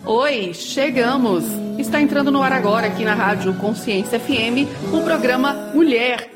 Oi, chegamos! Está entrando no ar agora aqui na Rádio Consciência FM o programa Mulher.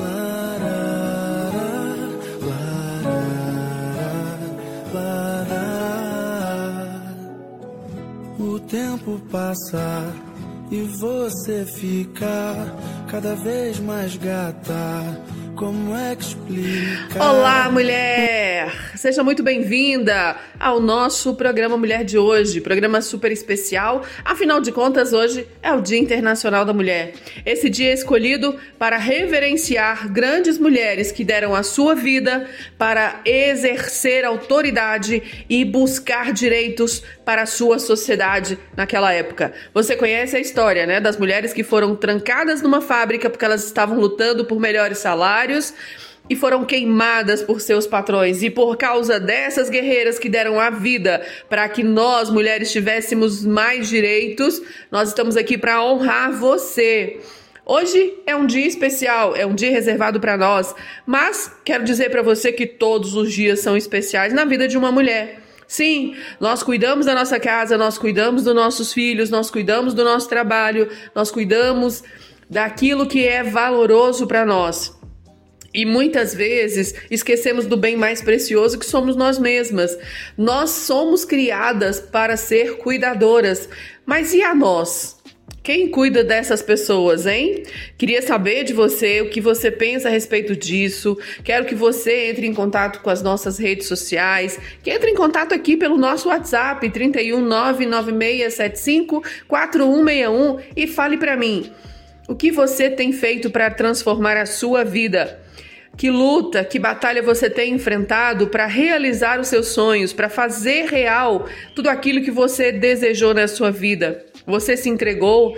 O tempo passa e você fica cada vez mais gata. Como é que explica? Olá, mulher! Seja muito bem-vinda ao nosso programa Mulher de hoje, programa super especial. Afinal de contas, hoje é o Dia Internacional da Mulher. Esse dia é escolhido para reverenciar grandes mulheres que deram a sua vida para exercer autoridade e buscar direitos para a sua sociedade naquela época. Você conhece a história, né, das mulheres que foram trancadas numa fábrica porque elas estavam lutando por melhores salários e foram queimadas por seus patrões. E por causa dessas guerreiras que deram a vida para que nós, mulheres, tivéssemos mais direitos, nós estamos aqui para honrar você. Hoje é um dia especial, é um dia reservado para nós, mas quero dizer para você que todos os dias são especiais na vida de uma mulher. Sim, nós cuidamos da nossa casa, nós cuidamos dos nossos filhos, nós cuidamos do nosso trabalho, nós cuidamos daquilo que é valoroso para nós. E muitas vezes esquecemos do bem mais precioso que somos nós mesmas. Nós somos criadas para ser cuidadoras, mas e a nós? Quem cuida dessas pessoas, hein? Queria saber de você o que você pensa a respeito disso. Quero que você entre em contato com as nossas redes sociais, que entre em contato aqui pelo nosso WhatsApp 31 99675 4161 e fale para mim. O que você tem feito para transformar a sua vida? Que luta, que batalha você tem enfrentado para realizar os seus sonhos, para fazer real tudo aquilo que você desejou na sua vida? Você se entregou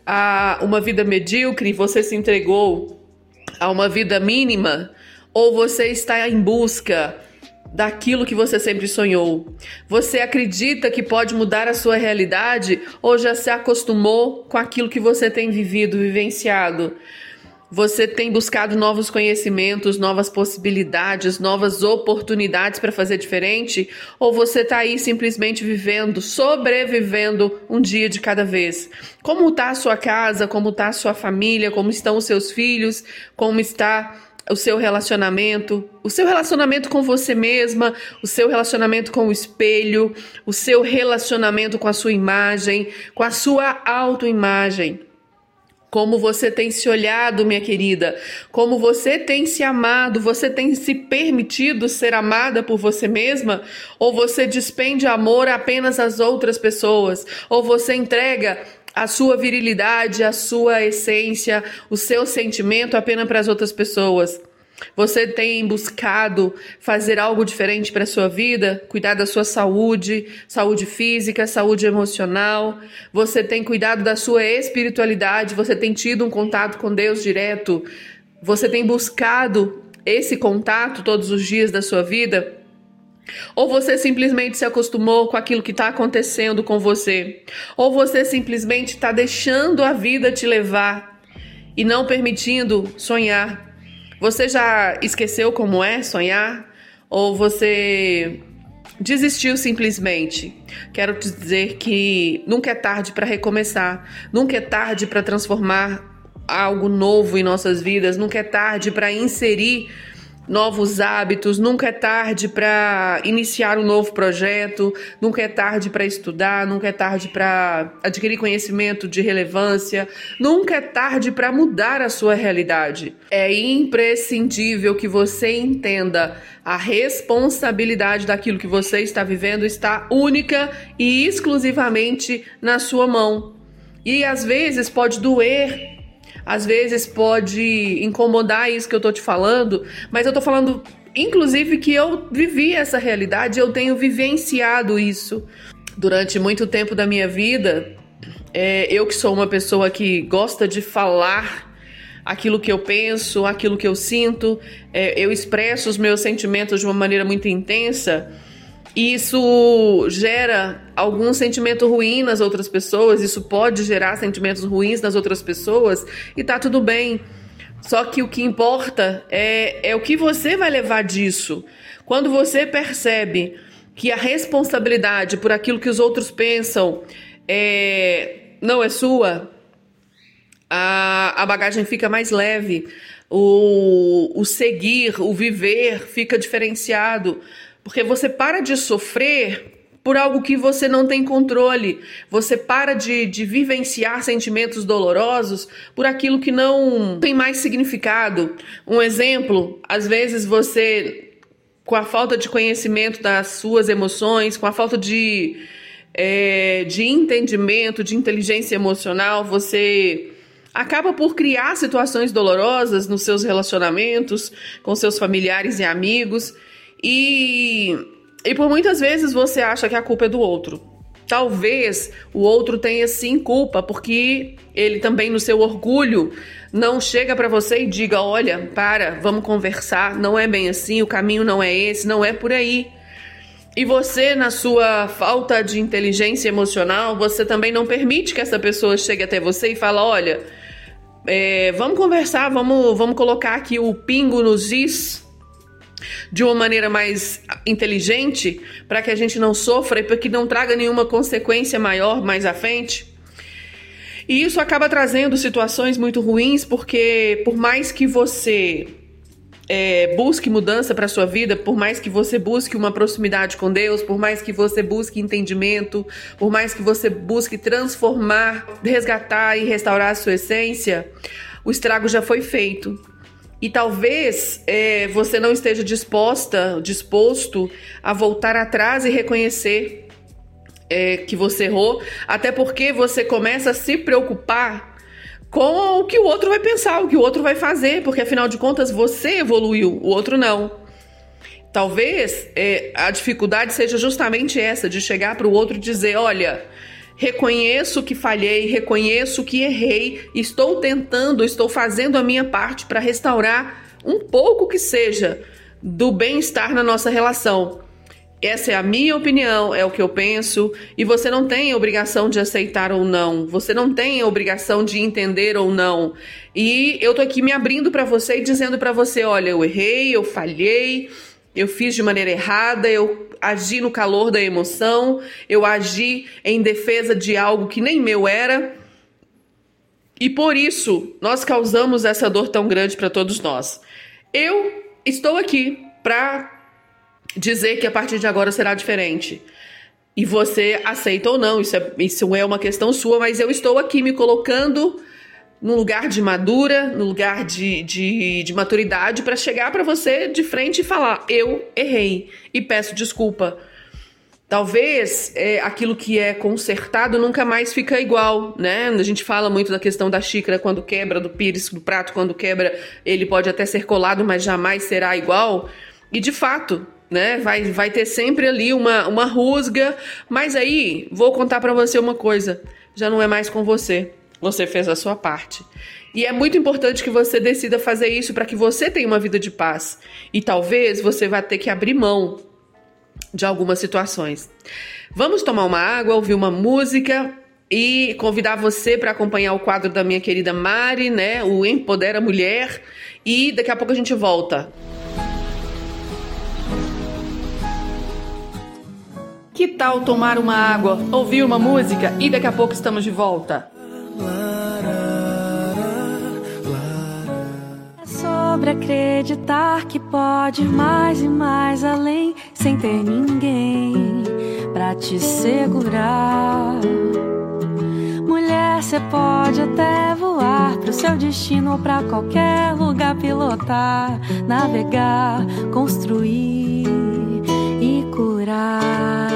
a uma vida medíocre? Você se entregou a uma vida mínima? Ou você está em busca daquilo que você sempre sonhou? Você acredita que pode mudar a sua realidade ou já se acostumou com aquilo que você tem vivenciado? Você tem buscado novos conhecimentos, novas possibilidades, novas oportunidades para fazer diferente? Ou você está aí simplesmente vivendo, sobrevivendo um dia de cada vez? Como está a sua casa? Como está a sua família? Como estão os seus filhos? Como está o seu relacionamento com você mesma, o seu relacionamento com o espelho, o seu relacionamento com a sua imagem, com a sua autoimagem? Como você tem se olhado, minha querida? Como você tem se amado? Você tem se permitido ser amada por você mesma? Ou você despende amor apenas às outras pessoas? Ou você entrega a sua virilidade, a sua essência, o seu sentimento apenas para as outras pessoas? Você tem buscado fazer algo diferente para a sua vida? Cuidar da sua saúde, saúde física, saúde emocional? Você tem cuidado da sua espiritualidade? Você tem tido um contato com Deus direto? Você tem buscado esse contato todos os dias da sua vida? Ou você simplesmente se acostumou com aquilo que está acontecendo com você? Ou você simplesmente está deixando a vida te levar e não permitindo sonhar? Você já esqueceu como é sonhar? Ou você desistiu simplesmente? Quero te dizer que nunca é tarde para recomeçar, nunca é tarde para transformar algo novo em nossas vidas, nunca é tarde para inserir novos hábitos, nunca é tarde para iniciar um novo projeto, nunca é tarde para estudar, nunca é tarde para adquirir conhecimento de relevância, nunca é tarde para mudar a sua realidade. É imprescindível que você entenda a responsabilidade daquilo que você está vivendo está única e exclusivamente na sua mão. E às vezes pode doer, às vezes pode incomodar isso que eu tô te falando, mas eu tô falando, inclusive, que eu vivi essa realidade, eu tenho vivenciado isso durante muito tempo da minha vida. Eu que sou uma pessoa que gosta de falar aquilo que eu penso, aquilo que eu sinto, eu expresso os meus sentimentos de uma maneira muito intensa. Isso gera algum sentimento ruim nas outras pessoas, isso pode gerar sentimentos ruins nas outras pessoas e tá tudo bem. Só que o que importa é o que você vai levar disso. Quando você percebe que a responsabilidade por aquilo que os outros pensam não é sua, a bagagem fica mais leve, o seguir, o viver fica diferenciado, porque você para de sofrer por algo que você não tem controle, você para de vivenciar sentimentos dolorosos por aquilo que não tem mais significado. Um exemplo, às vezes você, com a falta de conhecimento das suas emoções, com a falta de entendimento, de inteligência emocional, você acaba por criar situações dolorosas nos seus relacionamentos, com seus familiares e amigos, e por muitas vezes você acha que a culpa é do outro. Talvez o outro tenha sim culpa, porque ele também no seu orgulho não chega para você e diga, olha, vamos conversar, não é bem assim, o caminho não é esse, não é por aí. E você, na sua falta de inteligência emocional, você também não permite que essa pessoa chegue até você e fale, olha, vamos conversar, vamos colocar aqui o pingo nos is de uma maneira mais inteligente, para que a gente não sofra e para que não traga nenhuma consequência maior mais à frente. E isso acaba trazendo situações muito ruins, porque por mais que você busque mudança para sua vida, por mais que você busque uma proximidade com Deus, por mais que você busque entendimento, por mais que você busque transformar, resgatar e restaurar a sua essência, o estrago já foi feito. E talvez você não esteja disposto a voltar atrás e reconhecer que você errou, até porque você começa a se preocupar com o que o outro vai pensar, o que o outro vai fazer, porque afinal de contas você evoluiu, o outro não. Talvez a dificuldade seja justamente essa, de chegar para o outro e dizer, olha, reconheço que falhei, reconheço que errei, estou fazendo a minha parte para restaurar um pouco que seja do bem-estar na nossa relação. Essa é a minha opinião, é o que eu penso, e você não tem a obrigação de aceitar ou não, você não tem a obrigação de entender ou não. E eu tô aqui me abrindo para você e dizendo para você, olha, eu errei, eu falhei, eu fiz de maneira errada, eu agi no calor da emoção, eu agi em defesa de algo que nem meu era, e por isso nós causamos essa dor tão grande para todos nós. Eu estou aqui para dizer que a partir de agora será diferente. E você aceita ou não, isso é uma questão sua, mas eu estou aqui me colocando num lugar de madura, num lugar de maturidade, para chegar para você de frente e falar, eu errei e peço desculpa. Talvez aquilo que é consertado nunca mais fica igual, né? A gente fala muito da questão da xícara quando quebra, do pires, do prato quando quebra, ele pode até ser colado, mas jamais será igual. E de fato, né? Vai ter sempre ali uma rusga, mas aí vou contar para você uma coisa, já não é mais com você. Você fez a sua parte. E é muito importante que você decida fazer isso para que você tenha uma vida de paz. E talvez você vá ter que abrir mão de algumas situações. Vamos tomar uma água, ouvir uma música e convidar você para acompanhar o quadro da minha querida Mari, né? O Empodera Mulher. E daqui a pouco a gente volta. Que tal tomar uma água, ouvir uma música e daqui a pouco estamos de volta? É sobre acreditar que pode ir mais e mais além, sem ter ninguém pra te segurar. Mulher, cê pode até voar pro seu destino ou pra qualquer lugar, pilotar, navegar, construir e curar.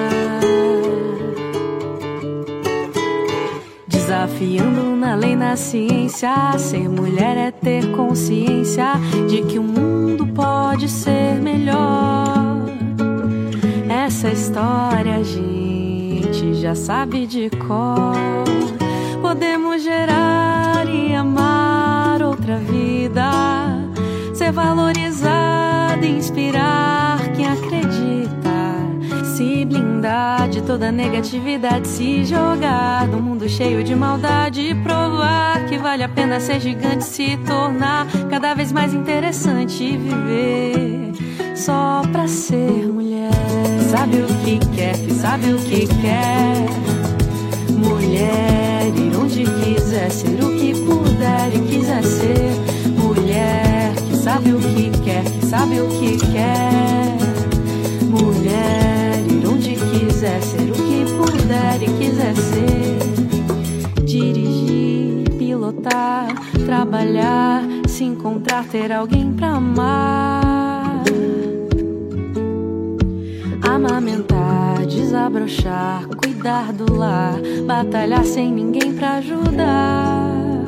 Desafiando na lei, na ciência, ser mulher é ter consciência de que o mundo pode ser melhor. Essa história a gente já sabe de cor. Podemos gerar e amar outra vida, ser valorizada e inspirar quem acredita, se blindar de toda negatividade, se jogar num mundo cheio de maldade e provar que vale a pena ser gigante, se tornar cada vez mais interessante viver só pra ser mulher. Sabe o que quer, que sabe o que quer. Mulher, ir onde quiser, ser o que puder e quiser ser. Mulher, que sabe o que quer, que sabe o que quer. Mulher, ir onde quiser, ser o que puder e quiser ser. Dirigir, pilotar, trabalhar, se encontrar, ter alguém pra amar. Amamentar, desabrochar, cuidar do lar, batalhar sem ninguém pra ajudar.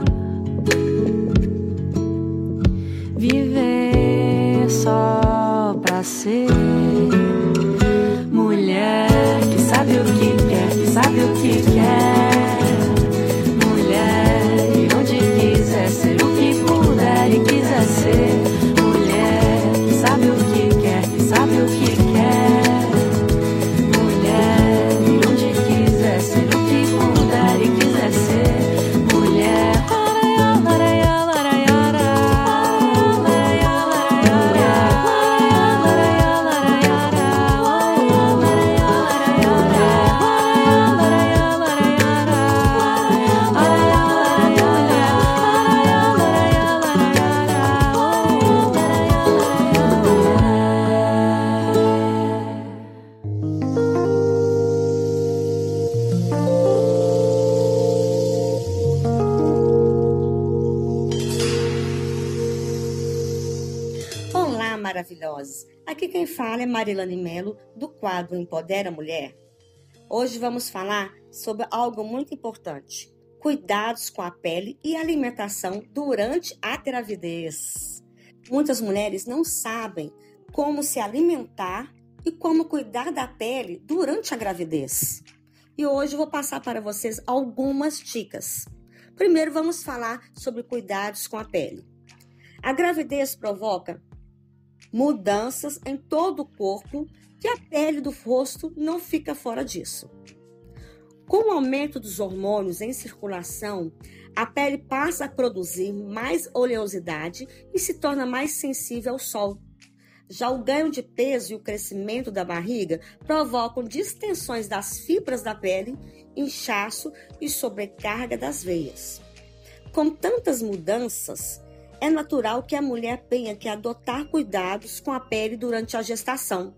Viver só pra ser mulher que sabe o que quer, que sabe o que quer. Mulher, ir onde quiser, ser o que puder e quiser ser. Mulher que sabe o que quer, que sabe o que quer. Mulher, ir onde quiser, ser o que puder e quiser ser. Mulher, Olá, maravilhosos! Aqui quem fala é Marilane Melo, do quadro Empodera a Mulher. Hoje vamos falar sobre algo muito importante: cuidados com a pele e alimentação durante a gravidez. Muitas mulheres não sabem como se alimentar e como cuidar da pele durante a gravidez. E hoje eu vou passar para vocês algumas dicas. Primeiro vamos falar sobre cuidados com a pele. A gravidez provoca mudanças em todo o corpo e a pele do rosto não fica fora disso. Com o aumento dos hormônios em circulação, a pele passa a produzir mais oleosidade e se torna mais sensível ao sol. Já o ganho de peso e o crescimento da barriga provocam distensões das fibras da pele, inchaço e sobrecarga das veias. Com tantas mudanças, é natural que a mulher tenha que adotar cuidados com a pele durante a gestação.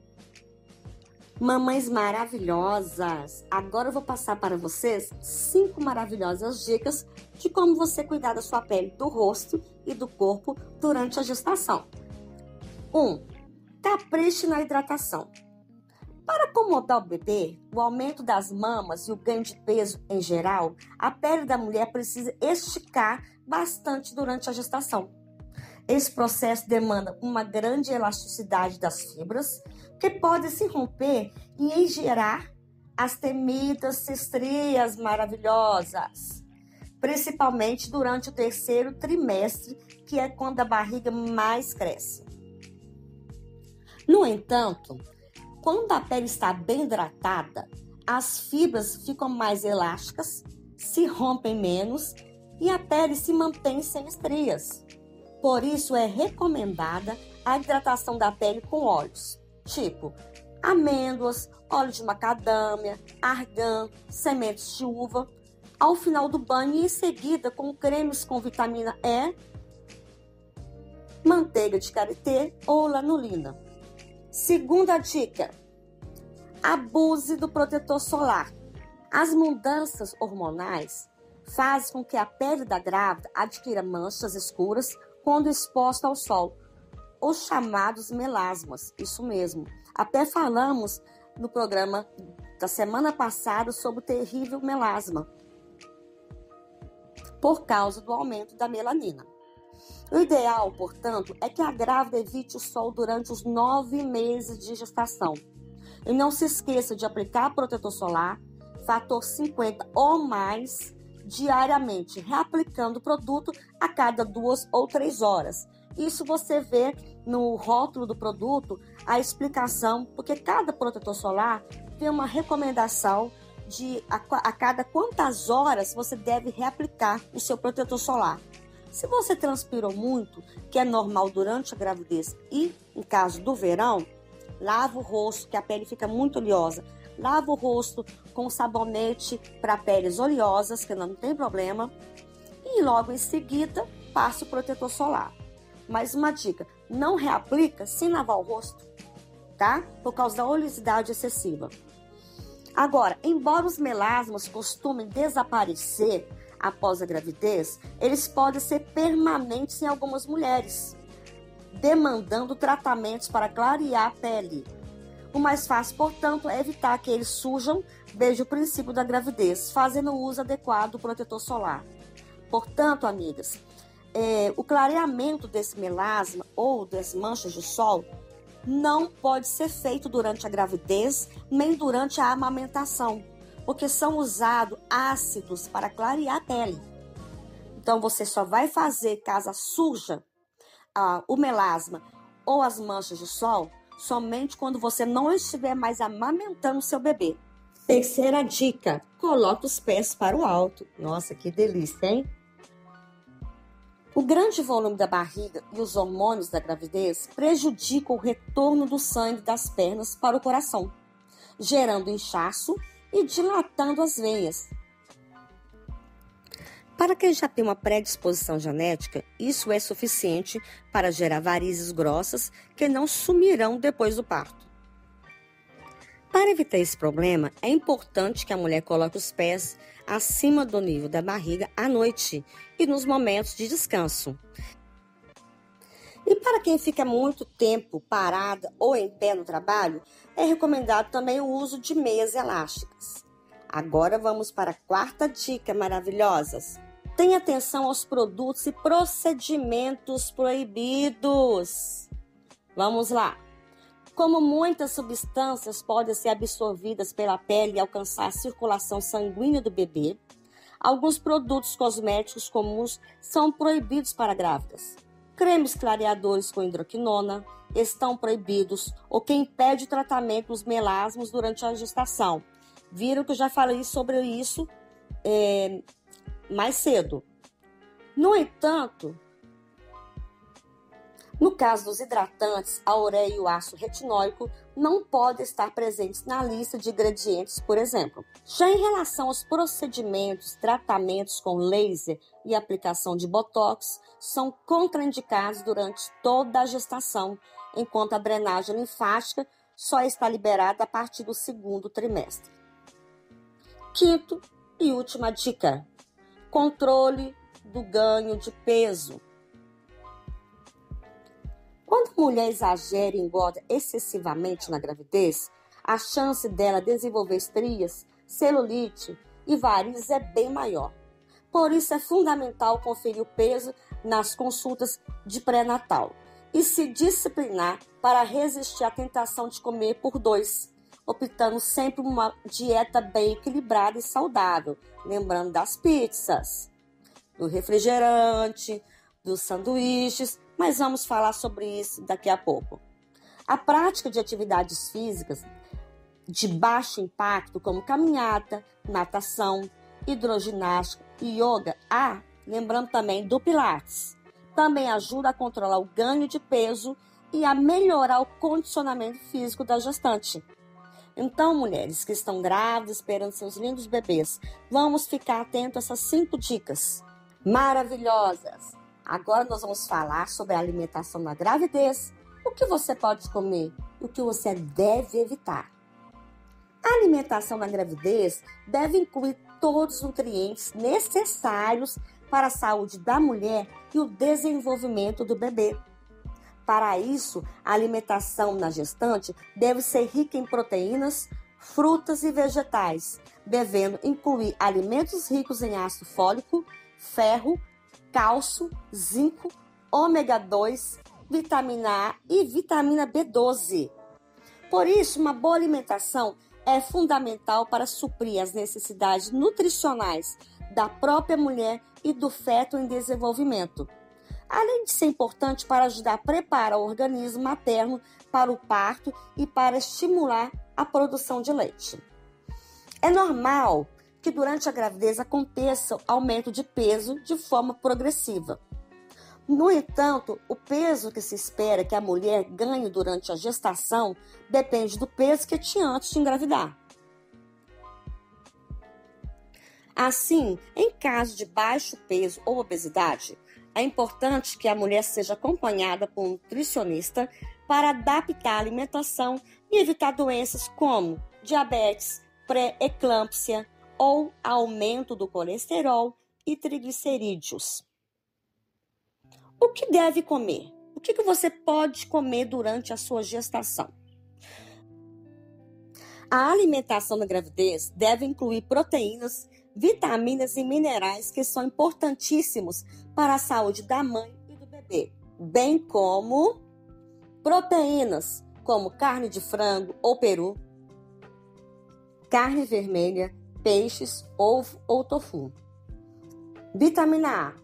Mamães maravilhosas! Agora eu vou passar para vocês 5 maravilhosas dicas de como você cuidar da sua pele do rosto e do corpo durante a gestação. 1. Capriche na hidratação. Para acomodar o bebê, o aumento das mamas e o ganho de peso em geral, a pele da mulher precisa esticar bastante durante a gestação. Esse processo demanda uma grande elasticidade das fibras, que podem se romper e gerar as temidas estrias maravilhosas, principalmente durante o 3º trimestre, que é quando a barriga mais cresce. No entanto, quando a pele está bem hidratada, as fibras ficam mais elásticas, se rompem menos e a pele se mantém sem estrias. Por isso é recomendada a hidratação da pele com óleos, tipo amêndoas, óleo de macadâmia, argan, sementes de uva, ao final do banho e em seguida com cremes com vitamina E, manteiga de karité ou lanolina. Segunda dica: abuse do protetor solar. As mudanças hormonais fazem com que a pele da grávida adquira manchas escuras quando exposta ao sol, os chamados melasmas, isso mesmo. Até falamos no programa da semana passada sobre o terrível melasma, por causa do aumento da melanina. O ideal, portanto, é que a grávida evite o sol durante os 9 meses de gestação. E não se esqueça de aplicar protetor solar, fator 50 ou mais, diariamente, reaplicando o produto a cada 2 ou 3 horas. Isso você vê no rótulo do produto a explicação, porque cada protetor solar tem uma recomendação de a cada quantas horas você deve reaplicar o seu protetor solar. Se você transpirou muito, que é normal durante a gravidez e em caso do verão, lava o rosto, que a pele fica muito oleosa. Lava o rosto com sabonete para peles oleosas, que não tem problema. E logo em seguida, passe o protetor solar. Mais uma dica, não reaplica sem lavar o rosto, tá? Por causa da oleosidade excessiva. Agora, embora os melasmas costumem desaparecer após a gravidez, eles podem ser permanentes em algumas mulheres, demandando tratamentos para clarear a pele. O mais fácil, portanto, é evitar que eles surjam desde o princípio da gravidez, fazendo o uso adequado do protetor solar. Portanto, amigas, o clareamento desse melasma ou das manchas de sol não pode ser feito durante a gravidez, nem durante a amamentação, porque são usados ácidos para clarear a pele. Então, você só vai fazer caso surja o melasma ou as manchas de sol somente quando você não estiver mais amamentando seu bebê. Terceira dica, coloque os pés para o alto. Nossa, que delícia, hein? O grande volume da barriga e os hormônios da gravidez prejudicam o retorno do sangue das pernas para o coração, gerando inchaço e dilatando as veias. Para quem já tem uma predisposição genética, isso é suficiente para gerar varizes grossas que não sumirão depois do parto. Para evitar esse problema, é importante que a mulher coloque os pés acima do nível da barriga à noite e nos momentos de descanso. E para quem fica muito tempo parada ou em pé no trabalho, é recomendado também o uso de meias elásticas. Agora vamos para a quarta dica maravilhosas. Tenha atenção aos produtos e procedimentos proibidos. Vamos lá. Como muitas substâncias podem ser absorvidas pela pele e alcançar a circulação sanguínea do bebê, alguns produtos cosméticos comuns são proibidos para grávidas. Cremes clareadores com hidroquinona estão proibidos, o que impede o tratamento dos melasmas durante a gestação. Viram que eu já falei sobre isso mais cedo. No entanto, no caso dos hidratantes, a ureia e o ácido retinóico não podem estar presentes na lista de ingredientes, por exemplo. Já em relação aos procedimentos, tratamentos com laser e aplicação de botox são contraindicados durante toda a gestação, enquanto a drenagem linfática só está liberada a partir do segundo trimestre. Quinto e última dica: controle do ganho de peso. Quando a mulher exagera e engorda excessivamente na gravidez, a chance dela desenvolver estrias, celulite e varizes é bem maior. Por isso é fundamental conferir o peso nas consultas de pré-natal e se disciplinar para resistir à tentação de comer por dois, optando sempre por uma dieta bem equilibrada e saudável, lembrando das pizzas, do refrigerante, dos sanduíches, mas vamos falar sobre isso daqui a pouco. A prática de atividades físicas de baixo impacto, como caminhada, natação, hidroginástica e yoga, lembrando também do Pilates, também ajuda a controlar o ganho de peso e a melhorar o condicionamento físico da gestante. Então, mulheres que estão grávidas, esperando seus lindos bebês, vamos ficar atentos a essas 5 dicas maravilhosas. Agora nós vamos falar sobre a alimentação na gravidez, o que você pode comer e o que você deve evitar. A alimentação na gravidez deve incluir todos os nutrientes necessários para a saúde da mulher e o desenvolvimento do bebê. Para isso, a alimentação na gestante deve ser rica em proteínas, frutas e vegetais, devendo incluir alimentos ricos em ácido fólico, ferro, cálcio, zinco, ômega 2, vitamina A e vitamina B12. Por isso, uma boa alimentação é fundamental para suprir as necessidades nutricionais da própria mulher e do feto em desenvolvimento, além de ser importante para ajudar a preparar o organismo materno para o parto e para estimular a produção de leite. É normal que durante a gravidez aconteça aumento de peso de forma progressiva. No entanto, o peso que se espera que a mulher ganhe durante a gestação depende do peso que tinha antes de engravidar. Assim, em caso de baixo peso ou obesidade, é importante que a mulher seja acompanhada por um nutricionista para adaptar a alimentação e evitar doenças como diabetes, pré-eclâmpsia ou aumento do colesterol e triglicerídeos. O que deve comer? O que você pode comer durante a sua gestação? A alimentação na gravidez deve incluir proteínas, vitaminas e minerais que são importantíssimos para a saúde da mãe e do bebê, bem como proteínas como carne de frango ou peru, carne vermelha, peixes, ovo ou tofu. Vitamina A: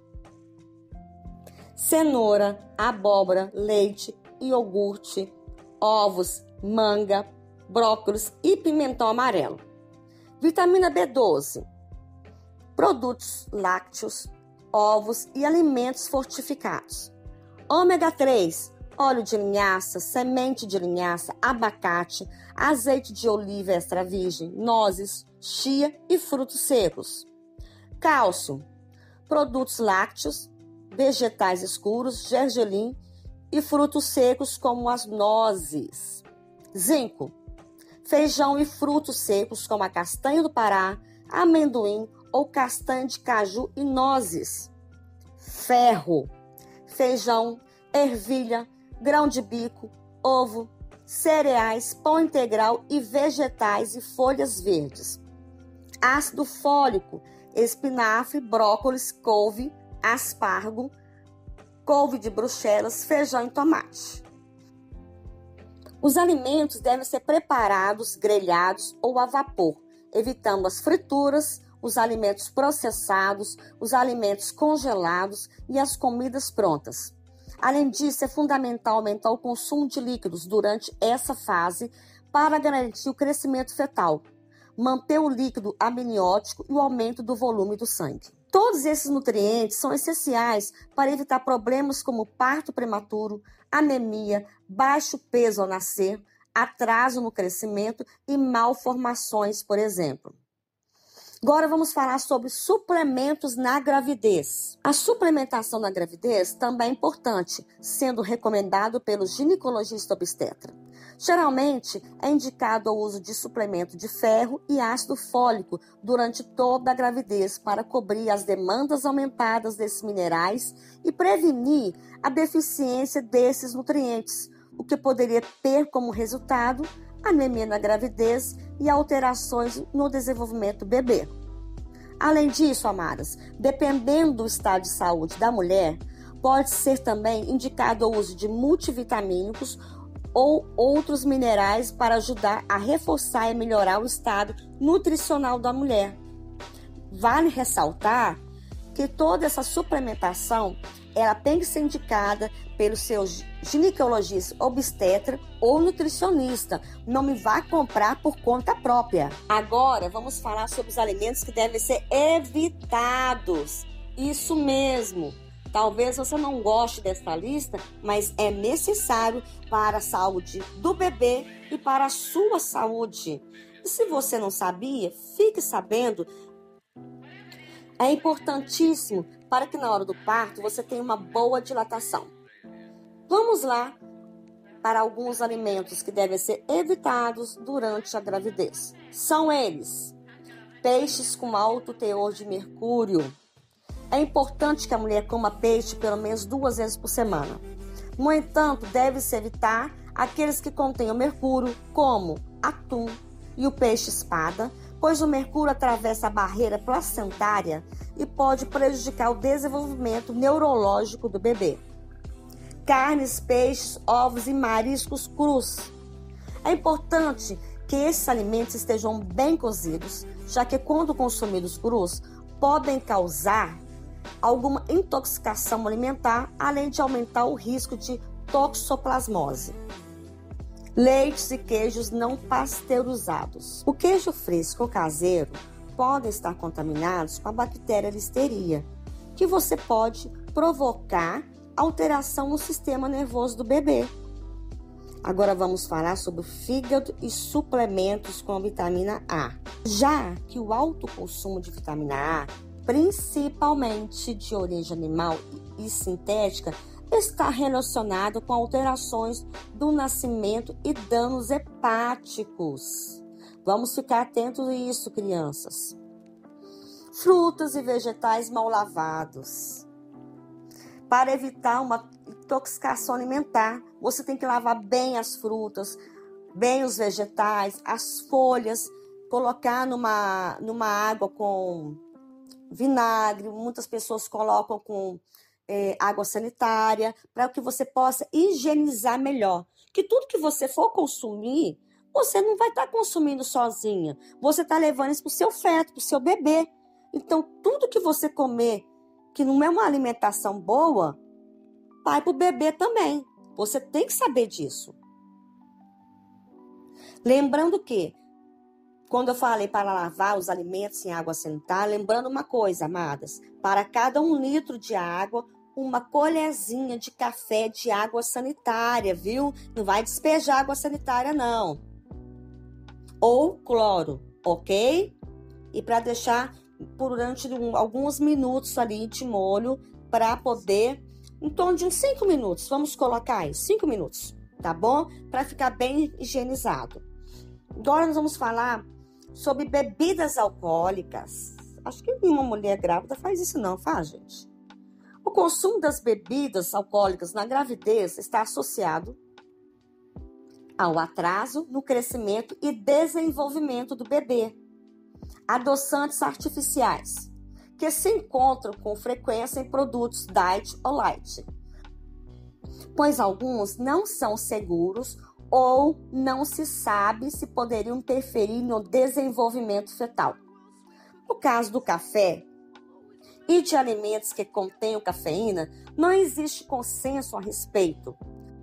cenoura, abóbora, leite, iogurte, ovos, manga, brócolis e pimentão amarelo. Vitamina B12: produtos lácteos, ovos e alimentos fortificados. Ômega 3: óleo de linhaça, semente de linhaça, abacate, azeite de oliva extra virgem, nozes, chia e frutos secos. Cálcio: produtos lácteos, vegetais escuros, gergelim e frutos secos como as nozes. Zinco: feijão e frutos secos como a castanha do Pará, amendoim ou castanha de caju e nozes. Ferro: feijão, ervilha, grão de bico, ovo, cereais, pão integral e vegetais e folhas verdes. Ácido fólico: espinafre, brócolis, couve, aspargo, couve de Bruxelas, feijão e tomate. Os alimentos devem ser preparados, grelhados ou a vapor, evitando as frituras, os alimentos processados, os alimentos congelados e as comidas prontas. Além disso, é fundamental aumentar o consumo de líquidos durante essa fase para garantir o crescimento fetal, manter o líquido amniótico e o aumento do volume do sangue. Todos esses nutrientes são essenciais para evitar problemas como parto prematuro, anemia, baixo peso ao nascer, atraso no crescimento e malformações, por exemplo. Agora vamos falar sobre suplementos na gravidez. A suplementação na gravidez também é importante, sendo recomendado pelo ginecologista obstetra. Geralmente é indicado o uso de suplemento de ferro e ácido fólico durante toda a gravidez para cobrir as demandas aumentadas desses minerais e prevenir a deficiência desses nutrientes, o que poderia ter como resultado anemia na gravidez e alterações no desenvolvimento do bebê. Além disso, amadas, dependendo do estado de saúde da mulher, pode ser também indicado o uso de multivitamínicos ou outros minerais para ajudar a reforçar e melhorar o estado nutricional da mulher. Vale ressaltar que toda essa suplementação ela tem que ser indicada pelo seu ginecologista obstetra ou nutricionista. Não me vá comprar por conta própria. Agora vamos falar sobre os alimentos que devem ser evitados. Isso mesmo. Talvez você não goste desta lista, mas é necessário para a saúde do bebê e para a sua saúde. E se você não sabia, fique sabendo. É importantíssimo para que na hora do parto você tenha uma boa dilatação. Vamos lá para alguns alimentos que devem ser evitados durante a gravidez. São eles: peixes com alto teor de mercúrio. É importante que a mulher coma peixe pelo menos 2 vezes por semana. No entanto, deve-se evitar aqueles que contenham mercúrio, como atum e o peixe-espada, pois o mercúrio atravessa a barreira placentária e pode prejudicar o desenvolvimento neurológico do bebê. Carnes, peixes, ovos e mariscos crus. É importante que esses alimentos estejam bem cozidos, já que quando consumidos crus, podem causar alguma intoxicação alimentar, além de aumentar o risco de toxoplasmose. Leites e queijos não pasteurizados. O queijo fresco ou caseiro podem estar contaminados com a bactéria Listeria, que você pode provocar alteração no sistema nervoso do bebê. Agora vamos falar sobre o fígado e suplementos com vitamina A. Já que o alto consumo de vitamina A, principalmente de origem animal e sintética, está relacionado com alterações do nascimento e danos hepáticos. Vamos ficar atentos a isso, crianças. Frutas e vegetais mal lavados. Para evitar uma intoxicação alimentar, você tem que lavar bem as frutas, bem os vegetais, as folhas, colocar numa água com vinagre. Muitas pessoas colocam com água sanitária, para que você possa higienizar melhor. Que tudo que você for consumir, você não vai estar consumindo sozinha. Você está levando isso para o seu feto, para o seu bebê. Então, tudo que você comer, que não é uma alimentação boa, vai para o bebê também. Você tem que saber disso. Lembrando que, quando eu falei para lavar os alimentos em água sanitária, lembrando uma coisa, amadas, para cada 1 litro de água, uma colherzinha de café de água sanitária, viu? Não vai despejar água sanitária, não. Ou cloro, ok? E para deixar durante alguns minutos ali de molho, para poder, em torno de uns 5 minutos, vamos colocar aí, 5 minutos, tá bom? Para ficar bem higienizado. Agora nós vamos falar sobre bebidas alcoólicas. Acho que nenhuma mulher grávida faz isso não, faz, gente? O consumo das bebidas alcoólicas na gravidez está associado ao atraso no crescimento e desenvolvimento do bebê. Adoçantes artificiais, que se encontram com frequência em produtos diet ou light, pois alguns não são seguros ou não se sabe se poderiam interferir no desenvolvimento fetal. No caso do café e de alimentos que contenham cafeína, não existe consenso a respeito.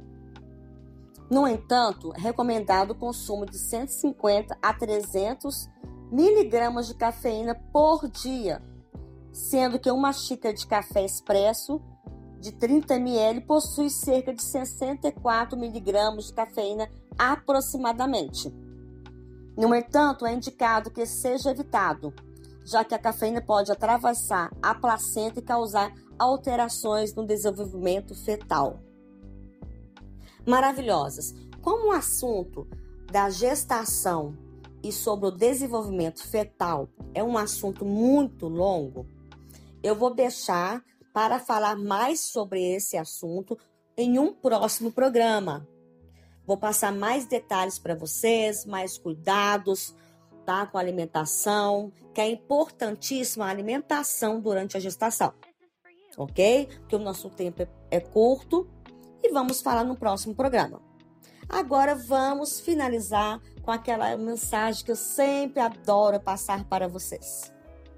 No entanto, é recomendado o consumo de 150 a 300 miligramas de cafeína por dia, sendo que uma xícara de café expresso de 30 ml possui cerca de 64 miligramas de cafeína aproximadamente. No entanto, é indicado que seja evitado, já que a cafeína pode atravessar a placenta e causar alterações no desenvolvimento fetal. Maravilhosas! Como o assunto da gestação e sobre o desenvolvimento fetal é um assunto muito longo, eu vou deixar para falar mais sobre esse assunto em um próximo programa. Vou passar mais detalhes para vocês, mais cuidados, tá, com a alimentação, que é importantíssima a alimentação durante a gestação, ok? Porque o nosso tempo é curto e vamos falar no próximo programa. Agora vamos finalizar com aquela mensagem que eu sempre adoro passar para vocês.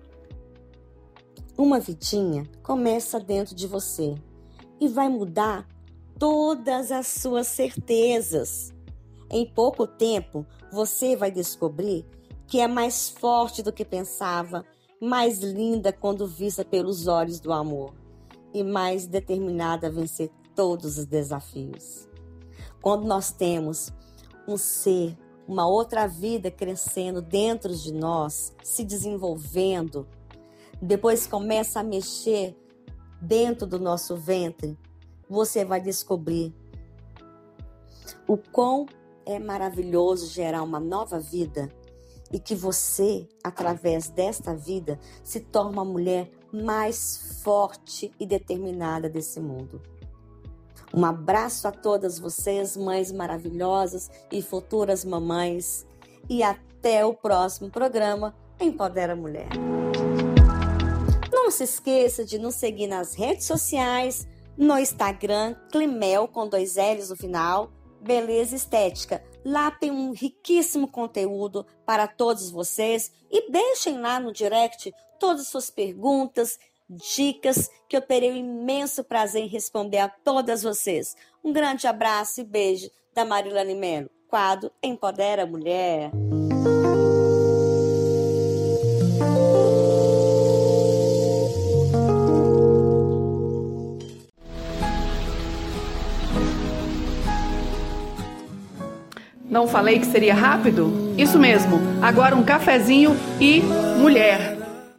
Uma vidinha começa dentro de você e vai mudar todas as suas certezas. Em pouco tempo, você vai descobrir que é mais forte do que pensava, mais linda quando vista pelos olhos do amor e mais determinada a vencer todos os desafios. Quando nós temos um ser, uma outra vida crescendo dentro de nós, se desenvolvendo, depois começa a mexer dentro do nosso ventre, você vai descobrir o quão é maravilhoso gerar uma nova vida e que você, através desta vida, se torna uma mulher mais forte e determinada desse mundo. Um abraço a todas vocês, mães maravilhosas e futuras mamães, e até o próximo programa Empodera a Mulher. Não se esqueça de nos seguir nas redes sociais, no Instagram, Climel com 2 L's no final, Beleza Estética. Lá tem um riquíssimo conteúdo para todos vocês e deixem lá no direct todas as suas perguntas, dicas, que eu terei um imenso prazer em responder a todas vocês. Um grande abraço e beijo da Marilane Melo, quadro Empodera a Mulher. Não falei que seria rápido? Isso mesmo, agora um cafezinho e mulher.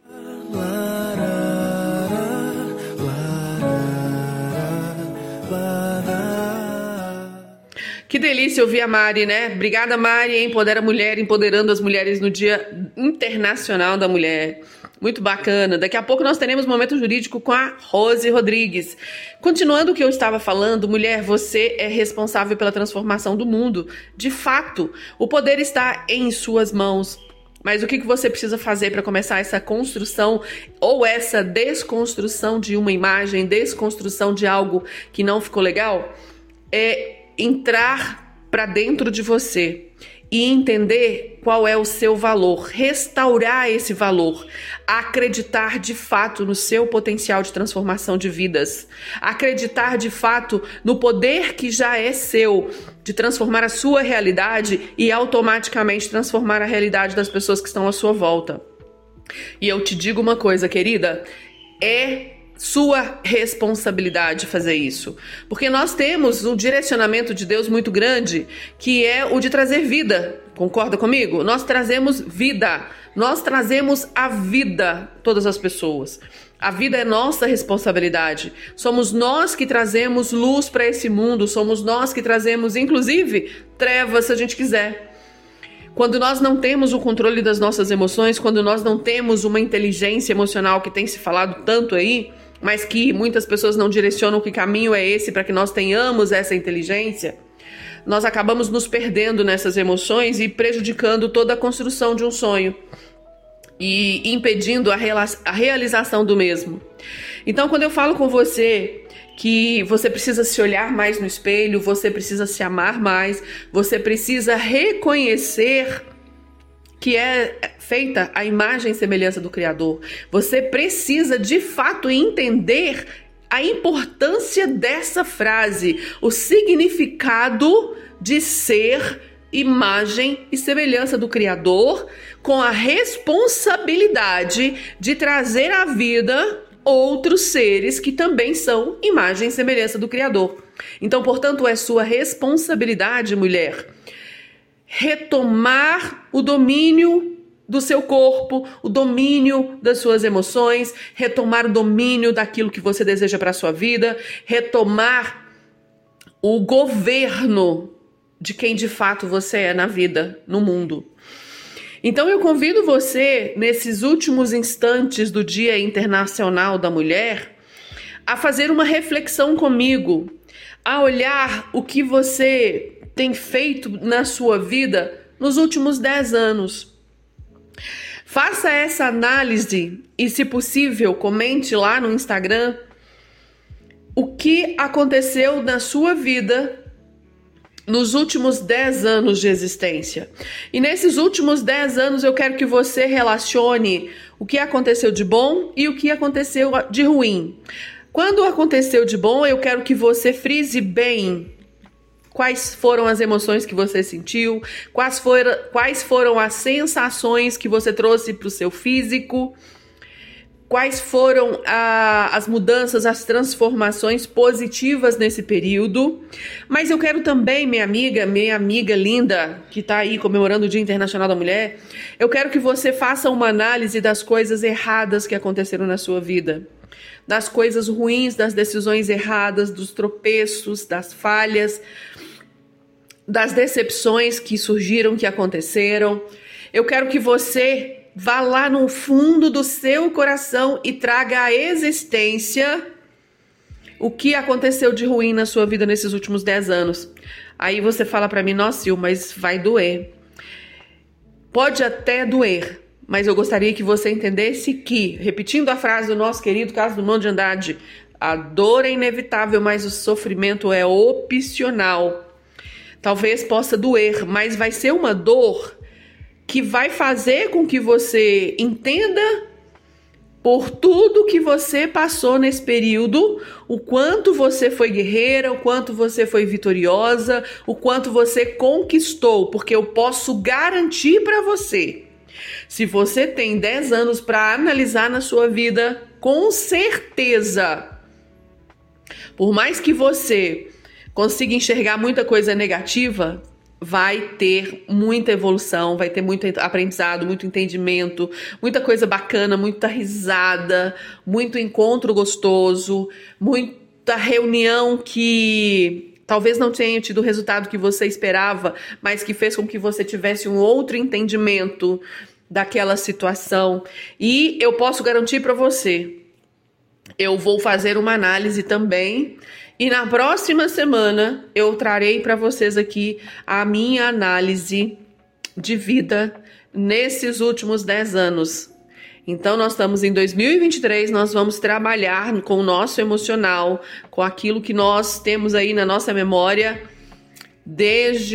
Que delícia ouvir a Mari, né? Obrigada, Mari, Empodera a Mulher, empoderando as mulheres no Dia Internacional da Mulher. Muito bacana. Daqui a pouco nós teremos Momento Jurídico com a Rose Rodrigues. Continuando o que eu estava falando, mulher, você é responsável pela transformação do mundo. De fato, o poder está em suas mãos. Mas o que você precisa fazer para começar essa construção ou essa desconstrução de uma imagem, desconstrução de algo que não ficou legal? É entrar para dentro de você e entender qual é o seu valor, restaurar esse valor, acreditar de fato no seu potencial de transformação de vidas, acreditar de fato no poder que já é seu de transformar a sua realidade e automaticamente transformar a realidade das pessoas que estão à sua volta. E eu te digo uma coisa, querida, é sua responsabilidade fazer isso. Porque nós temos um direcionamento de Deus muito grande, que é o de trazer vida. Concorda comigo? Nós trazemos vida. Nós trazemos a vida, todas as pessoas. A vida é nossa responsabilidade. Somos nós que trazemos luz para esse mundo. Somos nós que trazemos, inclusive, trevas, se a gente quiser. Quando nós não temos o controle das nossas emoções, quando nós não temos uma inteligência emocional que tem se falado tanto aí, mas que muitas pessoas não direcionam que caminho é esse para que nós tenhamos essa inteligência, nós acabamos nos perdendo nessas emoções e prejudicando toda a construção de um sonho e impedindo a realização do mesmo. Então, quando eu falo com você que você precisa se olhar mais no espelho, você precisa se amar mais, você precisa reconhecer que é feita a imagem e semelhança do Criador. Você precisa, de fato, entender a importância dessa frase, o significado de ser imagem e semelhança do Criador, com a responsabilidade de trazer à vida outros seres que também são imagem e semelhança do Criador. Então, portanto, é sua responsabilidade, mulher, retomar o domínio do seu corpo, o domínio das suas emoções, retomar o domínio daquilo que você deseja para a sua vida, retomar o governo de quem de fato você é na vida, no mundo. Então eu convido você, nesses últimos instantes do Dia Internacional da Mulher, a fazer uma reflexão comigo, a olhar o que você tem feito na sua vida nos últimos 10 anos. Faça essa análise e, se possível, comente lá no Instagram o que aconteceu na sua vida nos últimos 10 anos de existência. E nesses últimos 10 anos eu quero que você relacione o que aconteceu de bom e o que aconteceu de ruim. Quando aconteceu de bom, eu quero que você frise bem quais foram as emoções que você sentiu, quais foram as sensações que você trouxe para o seu físico, quais foram as mudanças, as transformações positivas nesse período. Mas eu quero também, minha amiga linda, que está aí comemorando o Dia Internacional da Mulher, eu quero que você faça uma análise das coisas erradas que aconteceram na sua vida, das coisas ruins, das decisões erradas, dos tropeços, das falhas, das decepções que surgiram, que aconteceram. Eu quero que você vá lá no fundo do seu coração e traga à existência o que aconteceu de ruim na sua vida nesses últimos 10 anos. Aí você fala pra mim, nossa, Sil, mas vai doer. Pode até doer, mas eu gostaria que você entendesse que, repetindo a frase do nosso querido Carlos Drummond de Andrade, a dor é inevitável, mas o sofrimento é opcional. Talvez possa doer, mas vai ser uma dor que vai fazer com que você entenda, por tudo que você passou nesse período, o quanto você foi guerreira, o quanto você foi vitoriosa, o quanto você conquistou, porque eu posso garantir para você, se você tem 10 anos para analisar na sua vida, com certeza, por mais que você consiga enxergar muita coisa negativa, vai ter muita evolução, vai ter muito aprendizado, muito entendimento, muita coisa bacana, muita risada, muito encontro gostoso, muita reunião que talvez não tenha tido o resultado que você esperava, mas que fez com que você tivesse um outro entendimento daquela situação. E eu posso garantir para você, eu vou fazer uma análise também, e na próxima semana eu trarei para vocês aqui a minha análise de vida nesses últimos 10 anos. Então nós estamos em 2023, nós vamos trabalhar com o nosso emocional, com aquilo que nós temos aí na nossa memória desde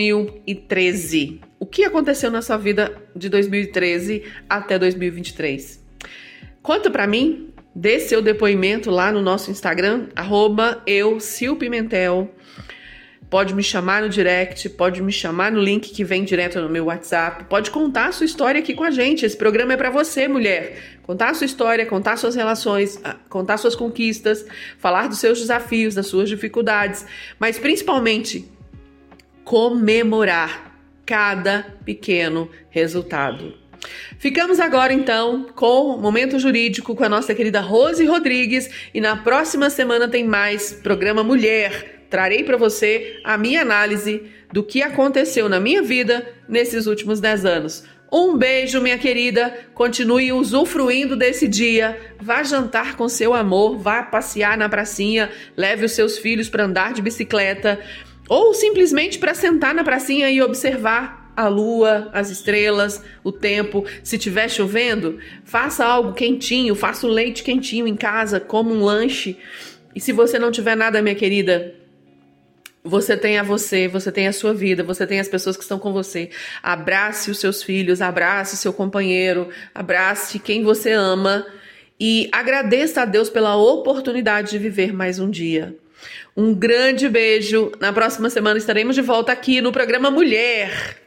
2013. O que aconteceu na sua vida de 2013 até 2023? Conta para mim. Dê seu depoimento lá no nosso Instagram, @eusilpimentel. Pode me chamar no direct, pode me chamar no link que vem direto no meu WhatsApp. Pode contar a sua história aqui com a gente. Esse programa é para você, mulher. Contar a sua história, contar suas relações, contar suas conquistas, falar dos seus desafios, das suas dificuldades, mas principalmente comemorar cada pequeno resultado. Ficamos agora, então, com o Momento Jurídico com a nossa querida Rose Rodrigues, e na próxima semana tem mais programa Mulher. Trarei para você a minha análise do que aconteceu na minha vida nesses últimos 10 anos. Um beijo, minha querida. Continue usufruindo desse dia. Vá jantar com seu amor, vá passear na pracinha, leve os seus filhos para andar de bicicleta, ou simplesmente para sentar na pracinha e observar a lua, as estrelas, o tempo. Se estiver chovendo, faça algo quentinho, faça um leite quentinho em casa, coma um lanche. E se você não tiver nada, minha querida, você tem você tem a sua vida, você tem as pessoas que estão com você. Abrace os seus filhos, abrace o seu companheiro, abrace quem você ama e agradeça a Deus pela oportunidade de viver mais um dia. Um grande beijo. Na próxima semana estaremos de volta aqui no programa Mulher.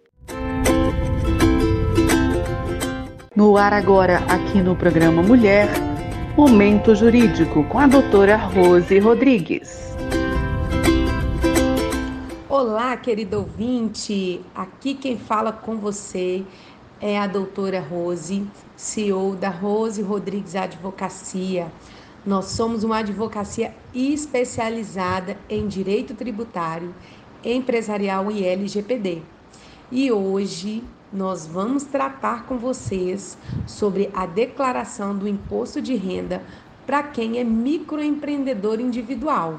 No ar agora, aqui no programa Mulher, Momento Jurídico com a doutora Rose Rodrigues. Olá, querido ouvinte, aqui quem fala com você é a doutora Rose, CEO da Rose Rodrigues Advocacia. Nós somos uma advocacia especializada em direito tributário, empresarial e LGPD. E hoje nós vamos tratar com vocês sobre a declaração do imposto de renda para quem é microempreendedor individual.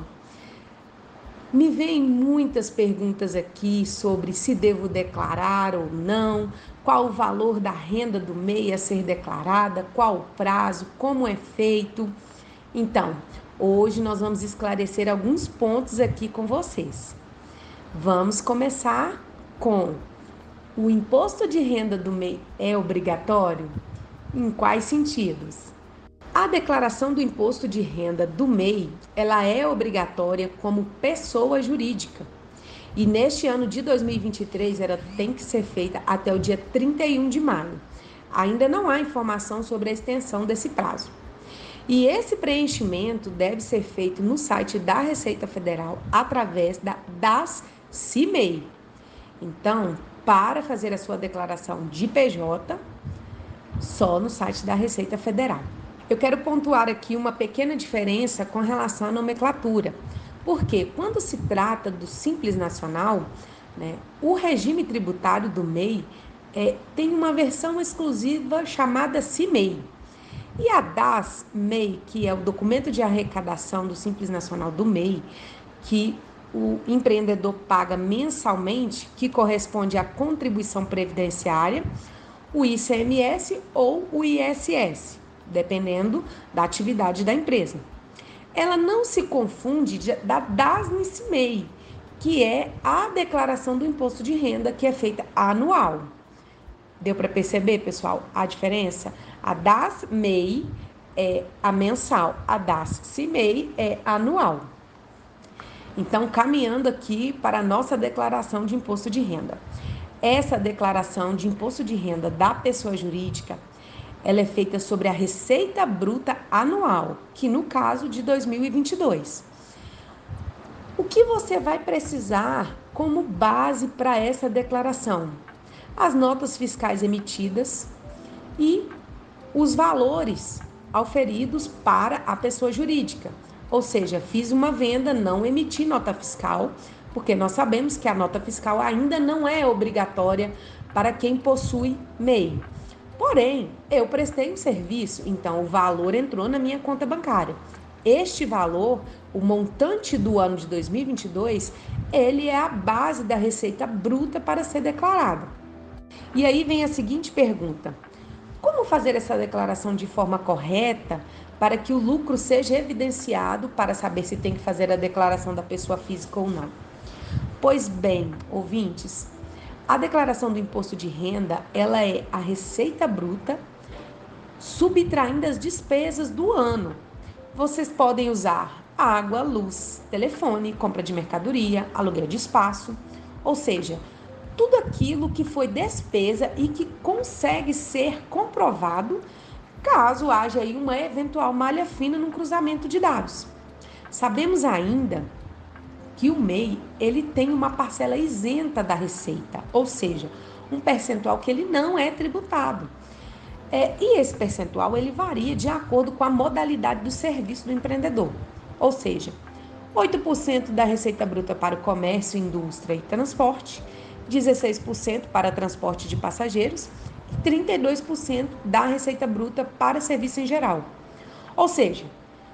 Me vêm muitas perguntas aqui sobre se devo declarar ou não, qual o valor da renda do MEI a ser declarada, qual o prazo, como é feito. Então, hoje nós vamos esclarecer alguns pontos aqui com vocês. Vamos começar com: o imposto de renda do MEI é obrigatório? Em quais sentidos? A declaração do imposto de renda do MEI, ela é obrigatória como pessoa jurídica. E neste ano de 2023, ela tem que ser feita até o dia 31 de maio. Ainda não há informação sobre a extensão desse prazo. E esse preenchimento deve ser feito no site da Receita Federal através da DAS-CIMEI. Então, para fazer a sua declaração de PJ, só no site da Receita Federal. Eu quero pontuar aqui uma pequena diferença com relação à nomenclatura, porque quando se trata do Simples Nacional, o regime tributário do MEI tem uma versão exclusiva chamada CIMEI. E a DAS-MEI, que é o documento de arrecadação do Simples Nacional do MEI, que o empreendedor paga mensalmente, que corresponde à contribuição previdenciária, o ICMS ou o ISS, dependendo da atividade da empresa. Ela não se confunde da DAS-CIMEI, que é a declaração do imposto de renda que é feita anual. Deu para perceber, pessoal, a diferença? A DAS-MEI é a mensal, a DAS-CIMEI é anual. Então, caminhando aqui para a nossa declaração de imposto de renda. Essa declaração de imposto de renda da pessoa jurídica, ela é feita sobre a receita bruta anual, que no caso de 2022. O que você vai precisar como base para essa declaração as notas fiscais emitidas e os valores auferidos para a pessoa jurídica. Ou seja, fiz uma venda, não emiti nota fiscal, porque nós sabemos que a nota fiscal ainda não é obrigatória para quem possui MEI. Porém, eu prestei um serviço, então o valor entrou na minha conta bancária. Este valor, o montante do ano de 2022, ele é a base da receita bruta para ser declarada. E aí vem a seguinte pergunta: como fazer essa declaração de forma correta para que o lucro seja evidenciado para saber se tem que fazer a declaração da pessoa física ou não? Pois bem, ouvintes, a declaração do imposto de renda, ela é a receita bruta subtraindo as despesas do ano. Vocês podem usar água, luz, telefone, compra de mercadoria, aluguel de espaço, ou seja, tudo aquilo que foi despesa e que consegue ser comprovado caso haja aí uma eventual malha fina no cruzamento de dados. Sabemos ainda que o MEI, ele tem uma parcela isenta da receita, ou seja, um percentual que ele não é tributado. E esse percentual, ele varia de acordo com a modalidade do serviço do empreendedor, ou seja, 8% da receita bruta para o comércio, indústria e transporte, 16% para transporte de passageiros e 32% da receita bruta para serviço em geral. Ou seja,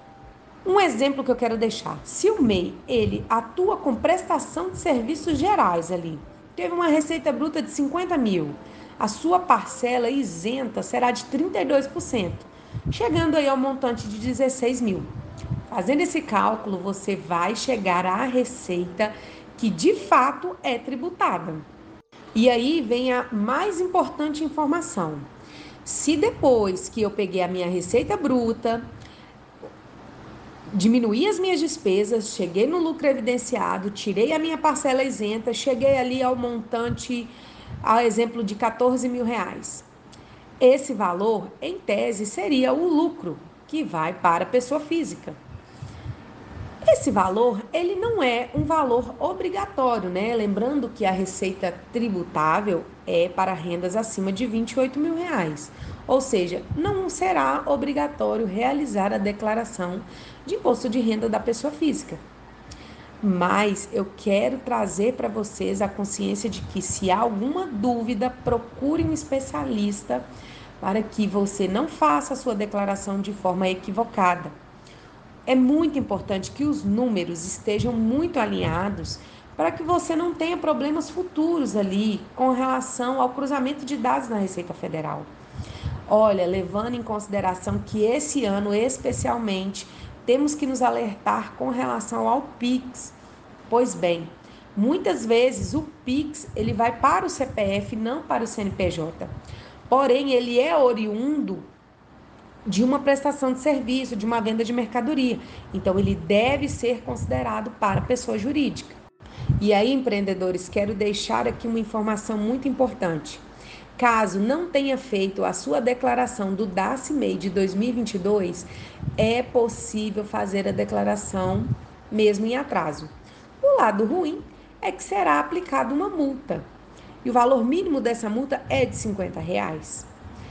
um exemplo que eu quero deixar: se o MEI ele atua com prestação de serviços gerais ali, teve uma receita bruta de 50 mil, a sua parcela isenta será de 32%, chegando aí ao montante de 16 mil. Fazendo esse cálculo, você vai chegar à receita que de fato é tributada. E aí vem a mais importante informação: se depois que eu peguei a minha receita bruta, diminuí as minhas despesas, cheguei no lucro evidenciado, tirei a minha parcela isenta, cheguei ali ao montante, ao exemplo de 14 mil reais. Esse valor, em tese, seria o lucro que vai para a pessoa física. Esse valor, ele não é um valor obrigatório, né? Lembrando que a receita tributável é para rendas acima de 28 mil reais. Ou seja, não será obrigatório realizar a declaração de imposto de renda da pessoa física. Mas eu quero trazer para vocês a consciência de que, se há alguma dúvida, procure um especialista para que você não faça a sua declaração de forma equivocada. É muito importante que os números estejam muito alinhados para que você não tenha problemas futuros ali com relação ao cruzamento de dados na Receita Federal. Olha, levando em consideração que esse ano, especialmente, temos que nos alertar com relação ao PIX. Pois bem, muitas vezes o PIX ele vai para o CPF, não para o CNPJ. Porém, ele é oriundo de uma prestação de serviço, de uma venda de mercadoria. Então, ele deve ser considerado para pessoa jurídica. E aí, empreendedores, quero deixar aqui uma informação muito importante. Caso não tenha feito a sua declaração do DAS-MEI de 2022, é possível fazer a declaração mesmo em atraso. O lado ruim é que será aplicada uma multa. E o valor mínimo dessa multa é de R$50.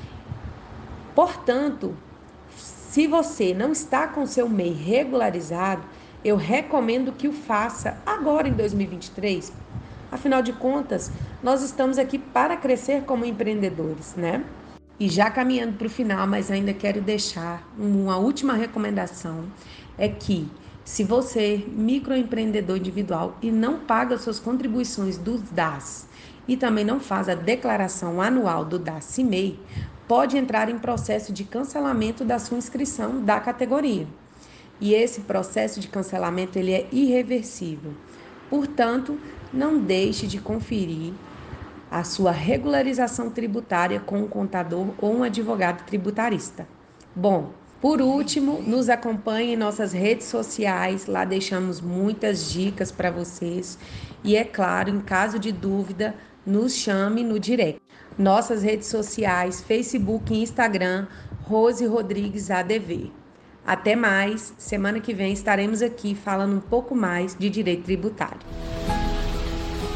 Portanto, se você não está com seu MEI regularizado, eu recomendo que o faça agora em 2023. Afinal de contas, nós estamos aqui para crescer como empreendedores, né? E já caminhando para o final, mas ainda quero deixar uma última recomendação, é que se você, microempreendedor individual, e não paga suas contribuições do DAS e também não faz a declaração anual do DAS-MEI, pode entrar em processo de cancelamento da sua inscrição da categoria. E esse processo de cancelamento ele é irreversível. Portanto, não deixe de conferir a sua regularização tributária com um contador ou um advogado tributarista. Bom, por último, nos acompanhe em nossas redes sociais, lá deixamos muitas dicas para vocês. E é claro, em caso de dúvida, nos chame no direct. Nossas redes sociais, Facebook e Instagram, Rose Rodrigues ADV. Até mais, semana que vem estaremos aqui falando um pouco mais de direito tributário.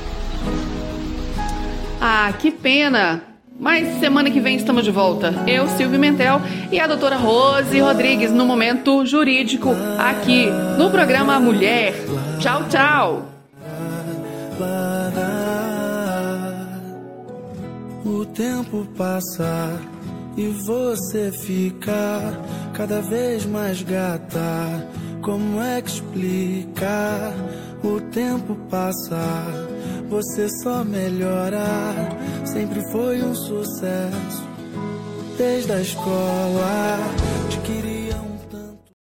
Ah, que pena! Mas semana que vem estamos de volta. Eu, Silvio Mentel, e a doutora Rose Rodrigues no Momento Jurídico, aqui no programa Mulher. Tchau, tchau! O tempo passa e você fica cada vez mais gata. Como é que explicar? O tempo passa, você só melhora. Sempre foi um sucesso. Desde a escola te queriam